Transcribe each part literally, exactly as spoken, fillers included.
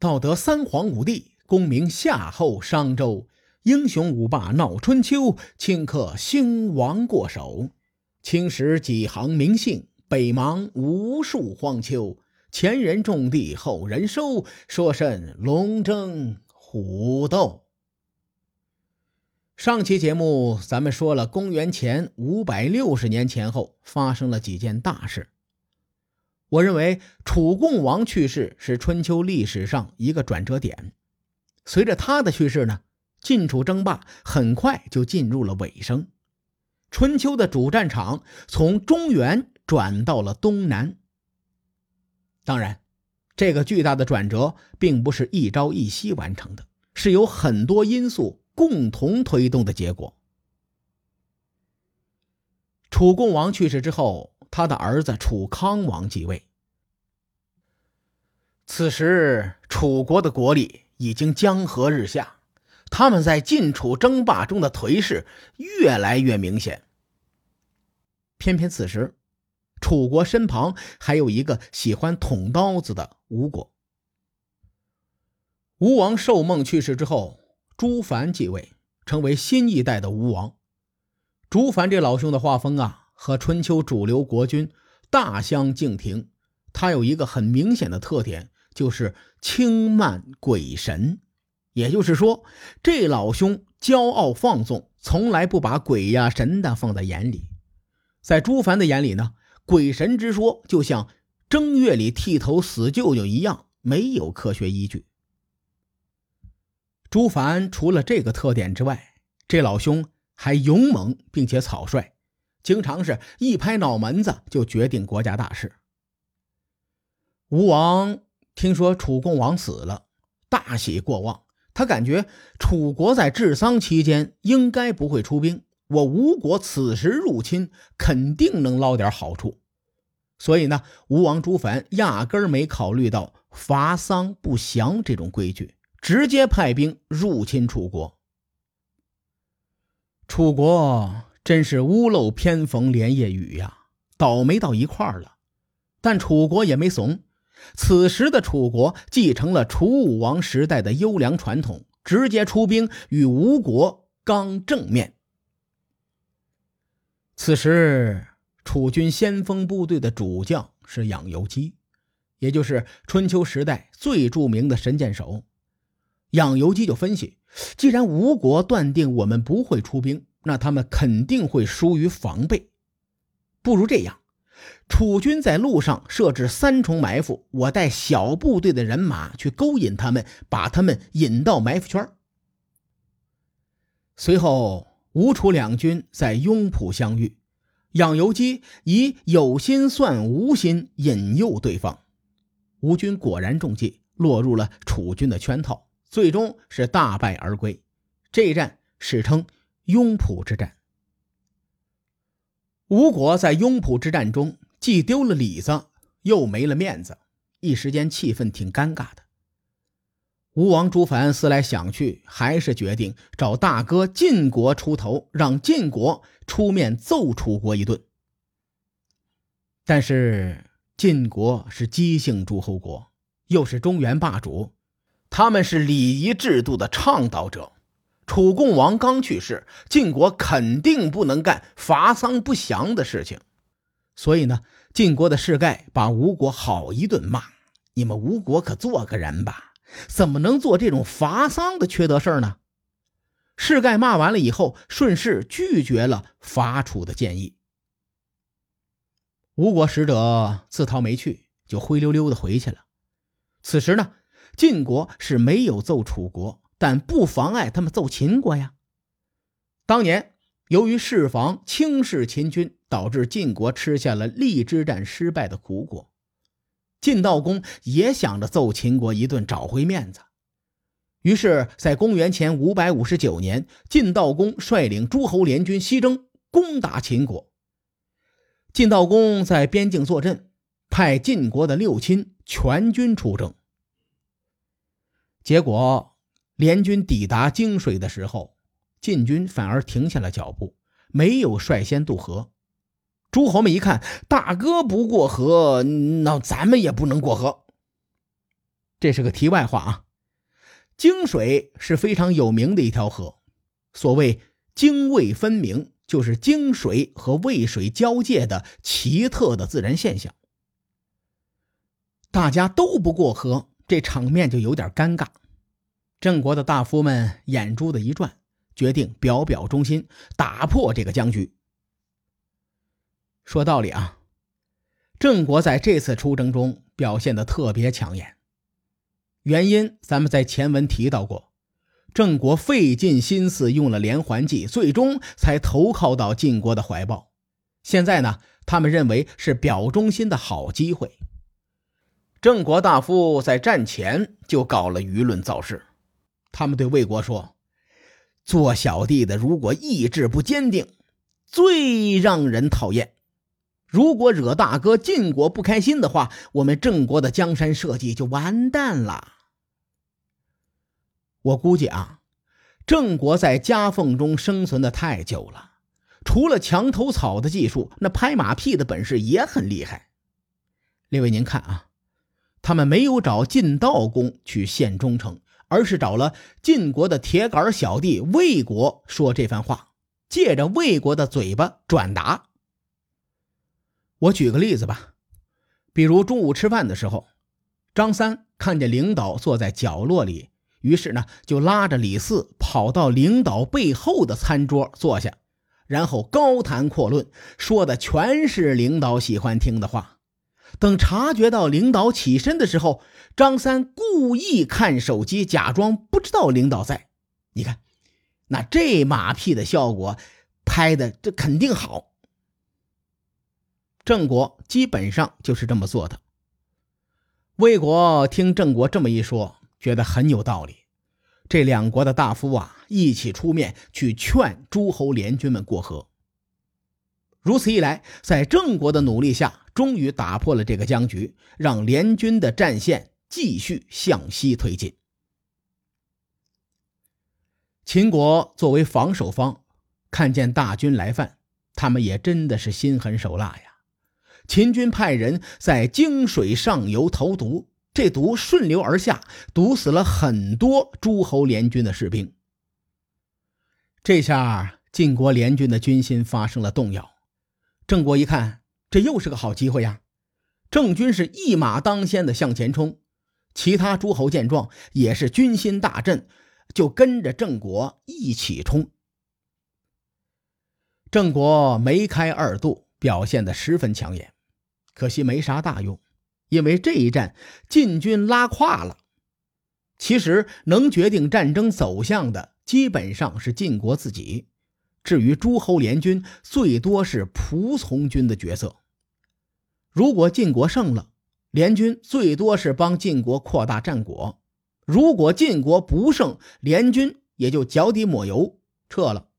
道德三皇五帝，功名夏后商周，英雄五霸闹春秋，顷刻兴亡过手。青史几行名姓，北邙无数荒丘。前人种地，后人收，说甚龙争虎斗。上期节目咱们说了公元前五百六十年前后发生了几件大事。我认为楚共王去世是春秋历史上一个转折点。随着他的去世呢，晋楚争霸很快就进入了尾声。春秋的主战场从中原转到了东南。当然，这个巨大的转折并不是一朝一夕完成的，是有很多因素共同推动的结果。楚共王去世之后，他的儿子楚康王继位。此时楚国的国力已经江河日下，他们在晋楚争霸中的颓势越来越明显。偏偏此时楚国身旁还有一个喜欢捅刀子的吴国。吴王寿梦去世之后，朱凡继位，成为新一代的吴王。朱凡这老兄的画风啊，和春秋主流国君大相径庭。他有一个很明显的特点，就是轻慢鬼神。也就是说，这老兄骄傲放纵，从来不把鬼呀神的放在眼里。在朱凡的眼里呢，鬼神之说就像正月里剃头死舅舅一样，没有科学依据。朱凡除了这个特点之外，这老兄还勇猛并且草率，经常是一拍脑门子就决定国家大事。吴王听说楚共王死了，大喜过望，他感觉楚国在治丧期间应该不会出兵，我吴国此时入侵肯定能捞点好处。所以呢，吴王朱凡压根儿没考虑到伐丧不祥这种规矩，直接派兵入侵楚国。楚国真是屋漏偏逢连夜雨呀，倒霉到一块儿了。但楚国也没怂，此时的楚国继承了楚武王时代的优良传统，直接出兵与吴国刚正面。此时楚军先锋部队的主将是养由基，也就是春秋时代最著名的神箭手。养由基就分析，既然吴国断定我们不会出兵，那他们肯定会疏于防备。不如这样，楚军在路上设置三重埋伏，我带小部队的人马去勾引他们，把他们引到埋伏圈。随后吴楚两军在雍浦相遇，养由基以有心算无心引诱对方。吴军果然中计，落入了楚军的圈套，最终是大败而归。这一战史称雍浦之战。吴国在雍浦之战中既丢了里子，又没了面子，一时间气氛挺尴尬的。吴王朱凡思来想去，还是决定找大哥晋国出头，让晋国出面揍楚国一顿。但是晋国是姬姓诸侯国，又是中原霸主，他们是礼仪制度的倡导者。楚共王刚去世，晋国肯定不能干伐丧不祥的事情。所以呢，晋国的士盖把吴国好一顿骂，你们吴国可做个人吧，怎么能做这种伐丧的缺德事呢？士盖骂完了以后，顺势拒绝了伐楚的建议。吴国使者自讨没趣，就灰溜溜的回去了。此时呢，晋国是没有揍楚国，但不妨碍他们揍秦国呀。当年由于释防轻视秦军，导致晋国吃下了荔枝战失败的苦果。晋悼公也想着揍秦国一顿，找回面子。于是在公元前五百五十九年，晋悼公率领诸侯联军西征，攻打秦国。晋悼公在边境坐镇，派晋国的六亲全军出征。结果联军抵达泾水的时候，晋军反而停下了脚步，没有率先渡河。诸侯们一看，大哥不过河，那咱们也不能过河。 这是个题外话啊。泾水是非常有名的一条河，所谓泾渭分明，就是泾水和渭水交界的奇特的自然现象。大家都不过河，这场面就有点尴尬。郑国的大夫们眼珠子一转，决定表表忠心，打破这个僵局。说道理啊，郑国在这次出征中表现得特别抢眼，原因咱们在前文提到过，郑国费尽心思用了连环计，最终才投靠到晋国的怀抱。现在呢，他们认为是表忠心的好机会。郑国大夫在战前就搞了舆论造势，他们对魏国说，做小弟的如果意志不坚定，最让人讨厌。如果惹大哥晋国不开心的话，我们郑国的江山社稷就完蛋了。我估计啊，郑国在夹缝中生存的太久了，除了墙头草的技术，那拍马屁的本事也很厉害。列位您看啊，他们没有找晋悼公去献忠诚，而是找了晋国的铁杆小弟魏国说这番话，借着魏国的嘴巴转达。我举个例子吧，比如中午吃饭的时候，张三看见领导坐在角落里，于是呢就拉着李四跑到领导背后的餐桌坐下，然后高谈阔论，说的全是领导喜欢听的话。等察觉到领导起身的时候，张三故意看手机，假装不知道领导在。你看，那这马屁的效果拍的这肯定好。郑国基本上就是这么做的。魏国听郑国这么一说，觉得很有道理。这两国的大夫啊，一起出面去劝诸侯联军们过河。如此一来，在郑国的努力下，终于打破了这个僵局，让联军的战线继续向西推进。秦国作为防守方，看见大军来犯，他们也真的是心狠手辣呀。秦军派人在泾水上游投毒，这毒顺流而下，毒死了很多诸侯联军的士兵。这下晋国联军的军心发生了动摇。郑国一看，这又是个好机会呀！郑军是一马当先的向前冲，其他诸侯见状也是军心大振，就跟着郑国一起冲。郑国梅开二度，表现得十分抢眼，可惜没啥大用，因为这一战晋军拉胯了。其实能决定战争走向的基本上是晋国自己，至于诸侯联军最多是仆从军的角色。如果晋国胜了，联军最多是帮晋国扩大战果；如果晋国不胜，联军也就脚底抹油撤了。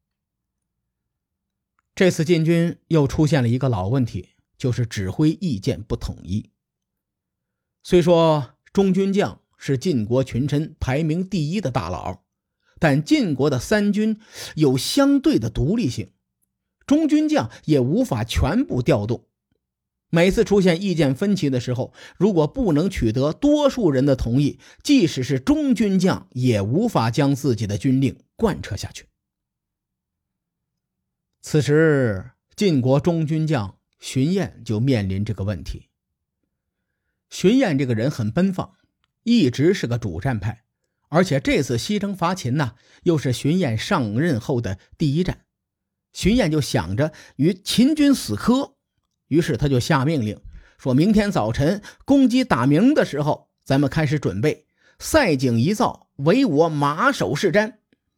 这次晋军又出现了一个老问题，就是指挥意见不统一。虽说中军将是晋国群臣排名第一的大佬，但晋国的三军有相对的独立性，中军将也无法全部调动。每次出现意见分歧的时候，如果不能取得多数人的同意，即使是中军将也无法将自己的军令贯彻下去。此时晋国中军将荀偃就面临这个问题。荀偃这个人很奔放，一直是个主战派，而且这次西征伐秦呢，又是荀偃上任后的第一战。荀偃就想着与秦军死磕，于是他就下命令，说明天早晨公鸡打鸣的时候，咱们开始准备，赛井一造，唯我马首是瞻。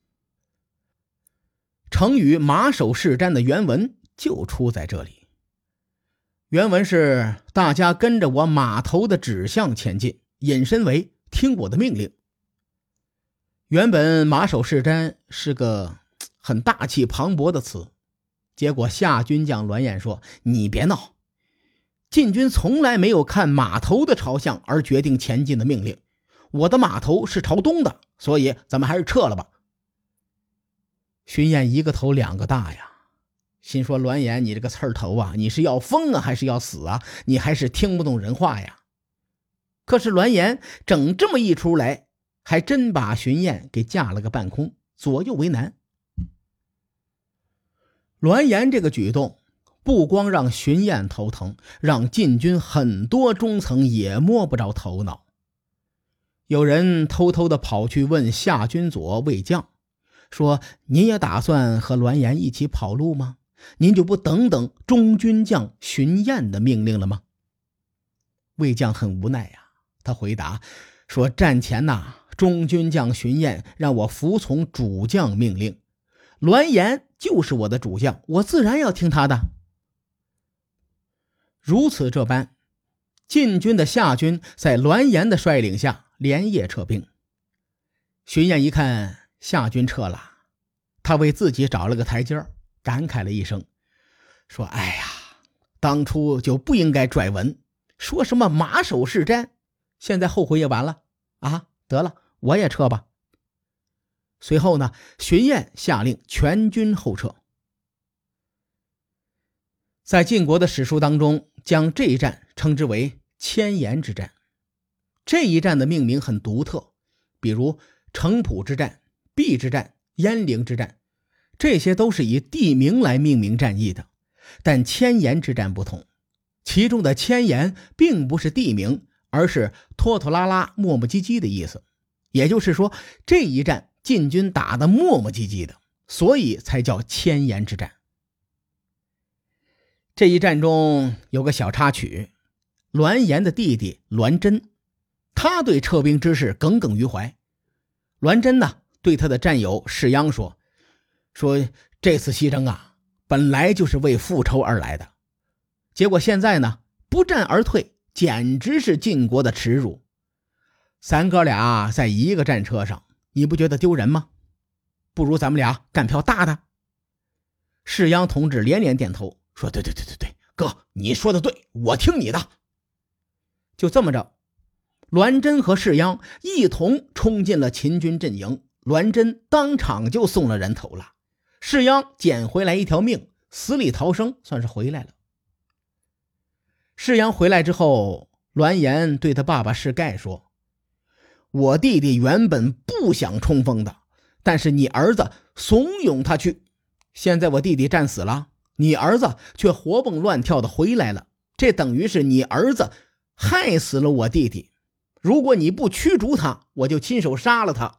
成语马首是瞻的原文就出在这里。原文是大家跟着我马头的指向前进，引申为听我的命令。原本马首是瞻是个很大气磅礴的词，结果夏军将栾燕说，你别闹，晋军从来没有看马头的朝向而决定前进的命令，我的马头是朝东的，所以咱们还是撤了吧。荀偃一个头两个大呀，心说栾燕，你这个刺头啊，你是要疯啊还是要死啊？你还是听不懂人话呀。 可是栾岩整这么一出来，还真把荀燕给架了个半空，左右为难。栾岩这个举动不光让荀燕头疼，让禁军很多中层也摸不着头脑。有人偷偷的跑去问夏军佐魏将，说您也打算和栾岩一起跑路吗？您就不等等中军将荀燕的命令了吗？魏将很无奈呀、啊，他回答说，战前呐，中军将荀燕让我服从主将命令，栾岩就是我的主将，我自然要听他的。如此这般，晋军的夏军在栾岩的率领下连夜撤兵。荀燕一看夏军撤了，他为自己找了个台阶，感慨了一声，说哎呀，当初就不应该拽文，说什么马首是瞻，现在后悔也晚了啊！得了，我也撤吧。随后呢，荀燕下令全军后撤。在晋国的史书当中，将这一战称之为千岩之战。这一战的命名很独特，比如城濮之战、邲之战、鄢陵之战，这些都是以地名来命名战役的。但千岩之战不同，其中的千岩并不是地名，而是拖拖拉拉、磨磨唧唧的意思。也就是说，这一战晋军打得磨磨唧唧的，所以才叫千岩之战。这一战中有个小插曲，栾岩的弟弟栾真，他对撤兵之事耿耿于怀。栾真呢，对他的战友士鞅说说这次西征啊，本来就是为复仇而来的，结果现在呢，不战而退，简直是晋国的耻辱。咱哥俩在一个战车上，你不觉得丢人吗？不如咱们俩干票大的。士鞅同志连连点头，说对对对对对，哥，你说的对，我听你的。就这么着，栾真和士鞅一同冲进了秦军阵营，栾真当场就送了人头了，士鞅捡回来一条命，死里逃生，算是回来了。士鞅回来之后，栾岩对他爸爸士盖说，我弟弟原本不想冲锋的，但是你儿子怂恿他去，现在我弟弟战死了，你儿子却活蹦乱跳的回来了，这等于是你儿子害死了我弟弟，如果你不驱逐他，我就亲手杀了他。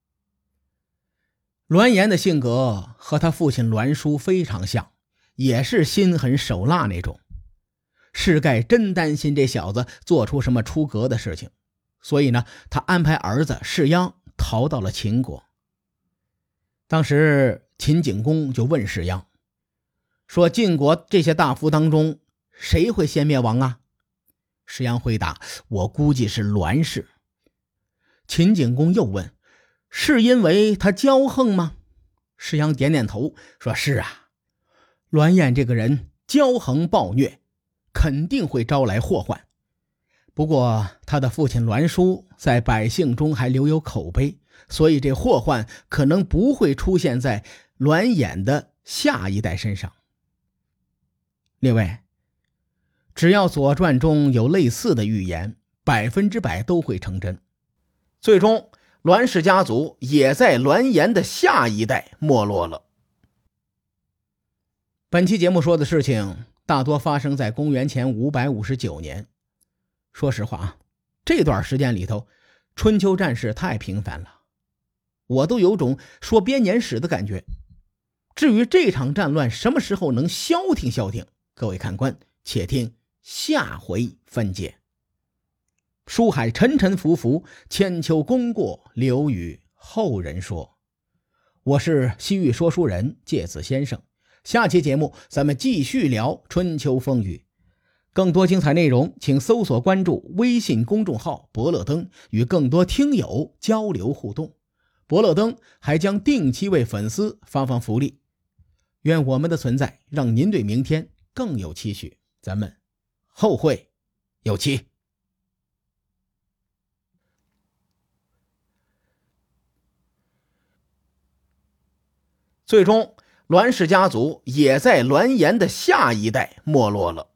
栾岩的性格和他父亲栾书非常像，也是心狠手辣那种。士盖真担心这小子做出什么出格的事情，所以呢，他安排儿子士鞅逃到了秦国。当时秦景公就问士鞅说，晋国这些大夫当中谁会先灭亡啊？士鞅回答，我估计是栾氏。秦景公又问，是因为他骄横吗？士鞅点点头说，是啊，栾燕这个人骄横暴虐，肯定会招来祸患。不过他的父亲栾书在百姓中还留有口碑，所以这祸患可能不会出现在栾衍的下一代身上。另外，只要左传中有类似的预言，百分之百都会成真。最终栾氏家族也在栾岩的下一代没落了。本期节目说的事情大多发生在公元前五百五十九年。说实话啊，这段时间里头春秋战事太频繁了，我都有种说编年史的感觉。至于这场战乱什么时候能消停消停，各位看官且听下回分解。书海沉沉浮浮，千秋功过留与后人说。我是西域说书人介子先生，下期节目咱们继续聊春秋风雨。更多精彩内容请搜索关注微信公众号伯乐灯，与更多听友交流互动。伯乐灯还将定期为粉丝发放福利。愿我们的存在让您对明天更有期许，咱们后会有期。最终栾氏家族也在栾岩的下一代没落了。